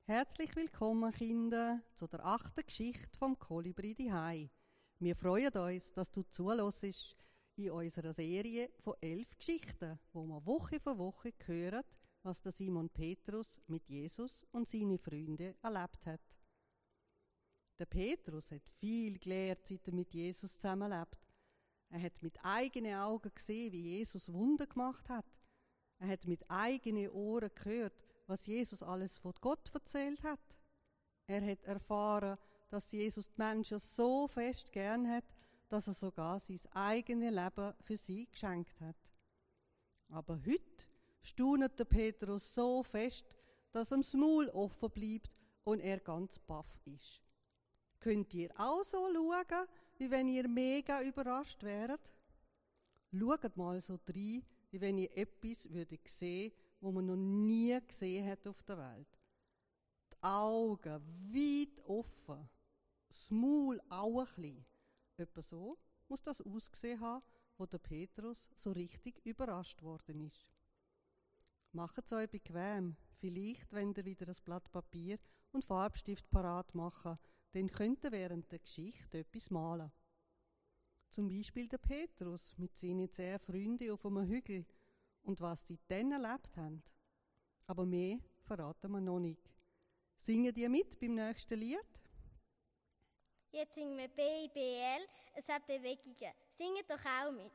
Herzlich willkommen, Kinder, zu der 8. Geschichte vom Kolibri daheim. Wir freuen uns, dass du zuhörst in unserer Serie von 11 Geschichten, wo wir Woche für Woche hören, was der Simon Petrus mit Jesus und seinen Freunden erlebt hat. Der Petrus hat viel gelernt, seit er mit Jesus zusammenlebt. Er hat mit eigenen Augen gesehen, wie Jesus Wunder gemacht hat. Er hat mit eigenen Ohren gehört, was Jesus alles von Gott erzählt hat. Er hat erfahren, dass Jesus die Menschen so fest gern hat, dass er sogar sein eigenes Leben für sie geschenkt hat. Aber heute staunet der Petrus so fest, dass ihm das Maul offen bleibt und er ganz baff ist. Könnt ihr auch so schauen, wie wenn ihr mega überrascht wäret? Schaut mal so rein, wie wenn ihr etwas würdet sehen, wo man noch nie gesehen hat auf der Welt. Die Augen weit offen, das Maul auch ein bisschen. Etwa so muss das ausgesehen haben, wo der Petrus so richtig überrascht worden ist. Macht es euch bequem. Vielleicht, wenn ihr wieder ein Blatt Papier und Farbstift parat machen, dann könnt ihr während der Geschichte etwas malen. Zum Beispiel der Petrus mit seinen 10 Freunden auf einem Hügel und was sie dann erlebt haben. Aber mehr verraten wir noch nicht. Singen die mit beim nächsten Lied? Jetzt singen wir BIBL, es hat Bewegungen. Singt doch auch mit.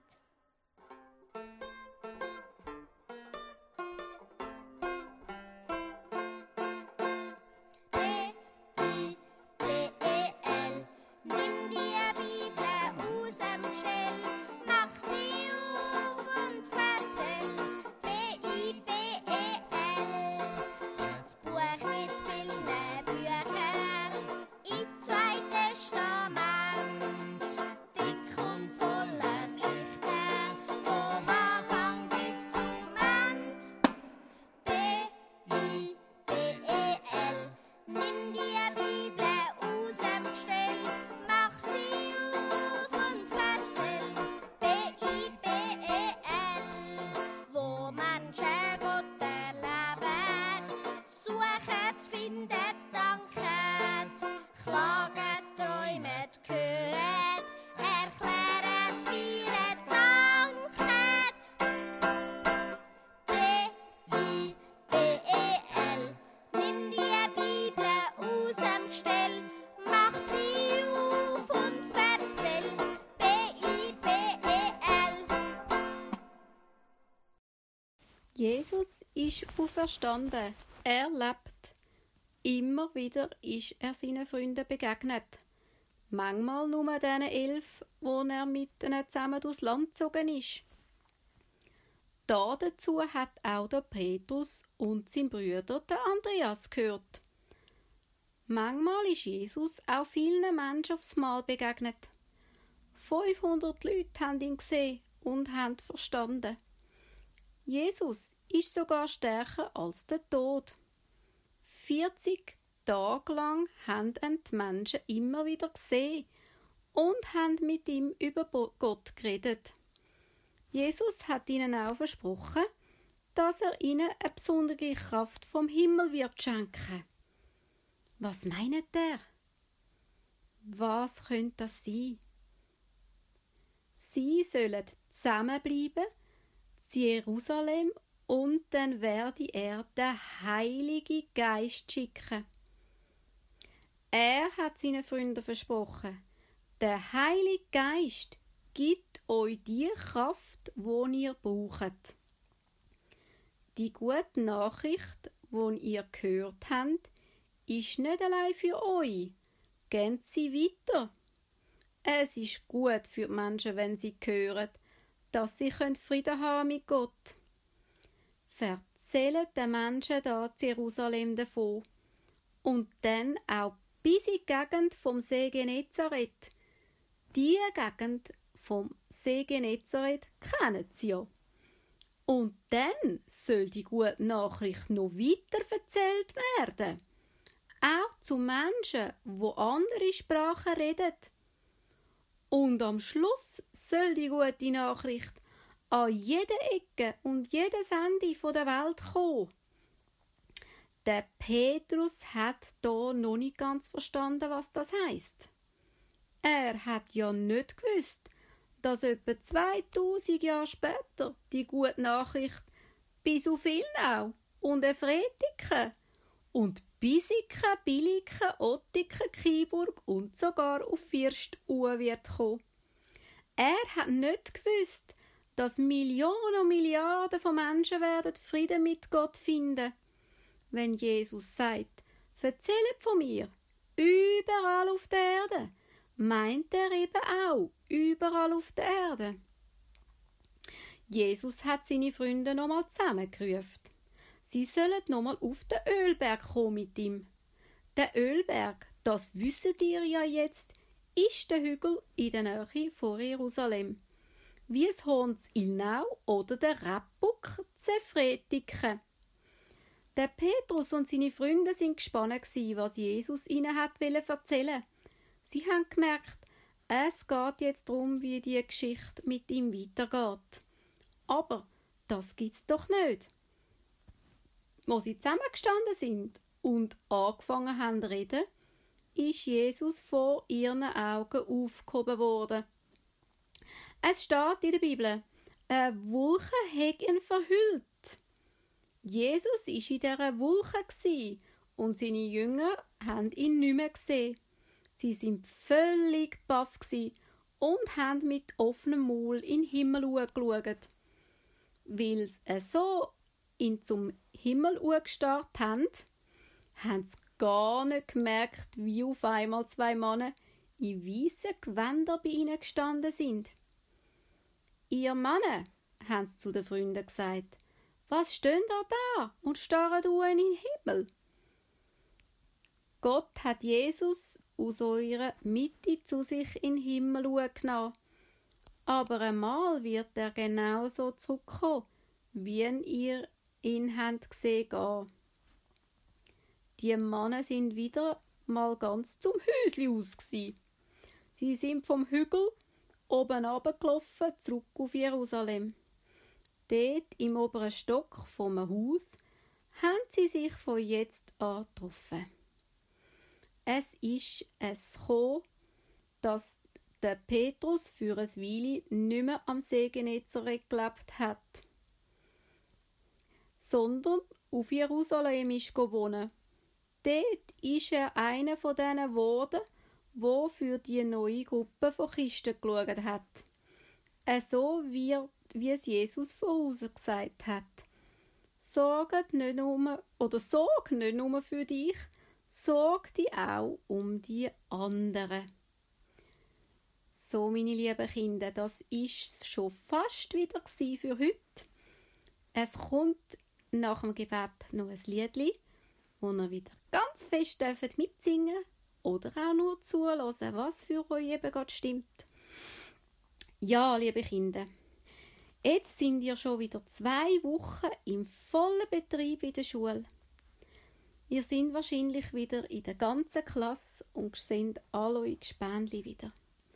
Jesus ist auferstanden. Er lebt. Immer wieder ist er seinen Freunden begegnet. Manchmal nur den 11, wo er mit ihnen zusammen durchs Land gezogen ist. Dazu hat auch der Petrus und sein Bruder, der Andreas, gehört. Manchmal ist Jesus auch vielen Menschen aufs Mal begegnet. 500 Leute haben ihn gesehen und haben verstanden. Jesus ist sogar stärker als der Tod. 40 Tage lang haben ihn die Menschen immer wieder gesehen und haben mit ihm über Gott geredet. Jesus hat ihnen auch versprochen, dass er ihnen eine besondere Kraft vom Himmel wird schenken. Was meint er? Was könnte das sein? Sie sollen zusammenbleiben zu Jerusalem und dann werde er den Heiligen Geist schicken. Er hat seinen Freunden versprochen, der Heilige Geist gibt euch die Kraft, die ihr braucht. Die gute Nachricht, die ihr gehört habt, ist nicht allein für euch. Gebt sie weiter. Es ist gut für die Menschen, wenn sie hören, dass sie Frieden haben mit Gott. Erzählt den Menschen da in Jerusalem davon. Und dann auch bis in die Gegend vom See Genezareth. Die Gegend vom See Genezareth kennen sie ja. Und dann soll die gute Nachricht noch weiter erzählt werden. Auch zu Menschen, die andere Sprachen reden. Und am Schluss soll die gute Nachricht an jede Ecke und jedes Ende der Welt kommen. Der Petrus hat da noch nicht ganz verstanden, was das heisst. Er hat ja nicht gewusst, dass etwa 2000 Jahre später die gute Nachricht bis auf Ilnau und Efretiken und Bisiken, Billiken, Ottiken, Kiburg und sogar auf First-Uhr wird kommen. Er hat nicht gewusst, dass Millionen und Milliarden von Menschen werden Frieden mit Gott finden. Wenn Jesus sagt, erzählet von mir, überall auf der Erde, meint er eben auch überall auf der Erde. Jesus hat seine Freunde nochmal zusammengerufen. Sie sollen nochmal auf den Ölberg kommen mit ihm. Der Ölberg, das wisst ihr ja jetzt, ist der Hügel in der Nähe von Jerusalem. Wie das Horns Ilnau oder der Rebbuck Zefretiken. Der Petrus und seine Freunde sind gespannt was Jesus ihnen hat erzählen. Sie haben gemerkt, es geht jetzt darum, wie die Geschichte mit ihm weitergeht. Aber das gibt's doch nicht. Wo sie zusammengestanden sind und angefangen haben zu reden, ist Jesus vor ihren Augen aufgehoben worden. Es steht in der Bibel, eine Wolke hat ihn verhüllt. Jesus war in dieser Wolke und seine Jünger haben ihn nicht mehr gesehen. Sie sind völlig baff und haben mit offenem Maul in den Himmel geschaut. Weil sie so ihn zum Himmel gestarrt haben, haben sie gar nicht gemerkt, wie auf einmal zwei Männer in weißen Gewändern bei ihnen gestanden sind. Ihr Männer, haben sie zu den Freunden gesagt, was stehen da und starren in den Himmel? Gott hat Jesus aus eurer Mitte zu sich in den Himmel genommen. Aber einmal wird er genauso zurückkommen, wie ihr ihn habt gesehen gehen. Die Männer sind wieder mal ganz zum Häusli aus gsi. Sie sind vom Hügel oben runtergelaufen, zurück auf Jerusalem. Dort im oberen Stock vom Haus haben sie sich von jetzt an getroffen. Es ist gekommen, dass der Petrus für eine Weile nicht mehr am See Genezareth gelebt hat, sondern auf Jerusalem ist wohnen. Dort ist er einer von denen geworden, der für die neue Gruppe von Christen geschaut hat. So wie es Jesus vorausgesagt hat. Sorg nicht nur für dich, sorg dich auch um die anderen. So, meine lieben Kinder, das ist schon fast wieder für heute. Es kommt nach dem Gebet noch ein Liedli, wo ihr wieder ganz fest mitsingen dürft oder auch nur zuhören, was für euch eben gerade stimmt. Ja, liebe Kinder, jetzt sind ihr schon wieder 2 Wochen im vollen Betrieb in der Schule. Ihr seid wahrscheinlich wieder in der ganzen Klasse und seht alle eure Gespänli wieder.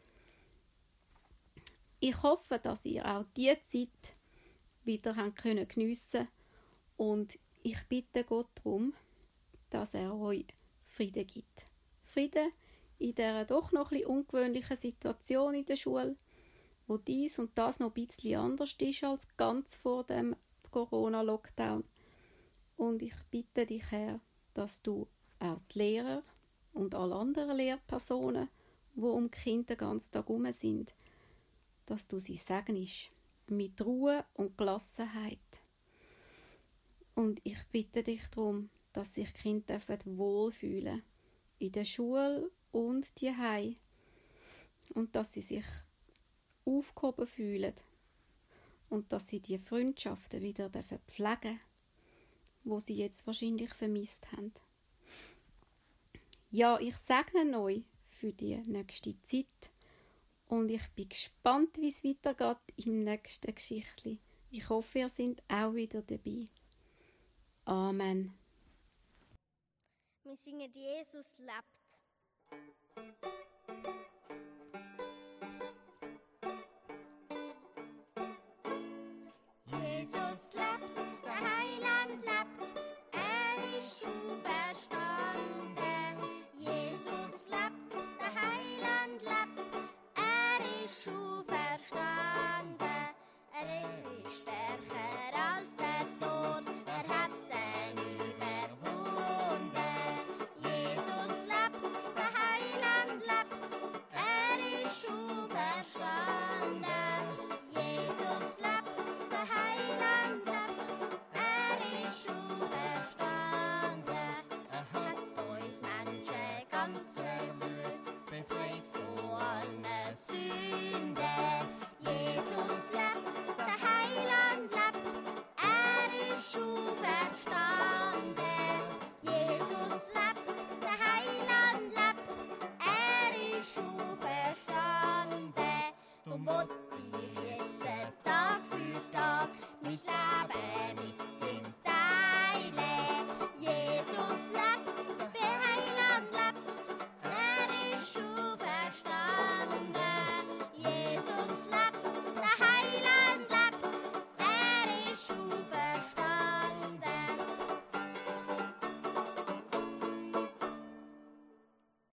Ich hoffe, dass ihr auch diese Zeit wieder geniessen könnt und ich bitte Gott darum, dass er euch Frieden gibt. Frieden in dieser doch noch ein bisschen ungewöhnlichen Situation in der Schule, wo dies und das noch ein bisschen anders ist als ganz vor dem Corona-Lockdown. Und ich bitte dich, Herr, dass du auch die Lehrer und alle anderen Lehrpersonen, die um die Kinder den ganzen Tag herum sind, dass du sie segnest mit Ruhe und Gelassenheit. Und ich bitte dich darum, dass sich die Kinder wohlfühlen in der Schule und daheim und dass sie sich aufgehoben fühlen und dass sie die Freundschaften wieder pflegen dürfen, die sie jetzt wahrscheinlich vermisst haben. Ja, ich segne euch für die nächste Zeit und ich bin gespannt, wie es weitergeht im nächsten Geschichtli. Ich hoffe, ihr seid auch wieder dabei. Amen. Wir singen, Jesus lebt.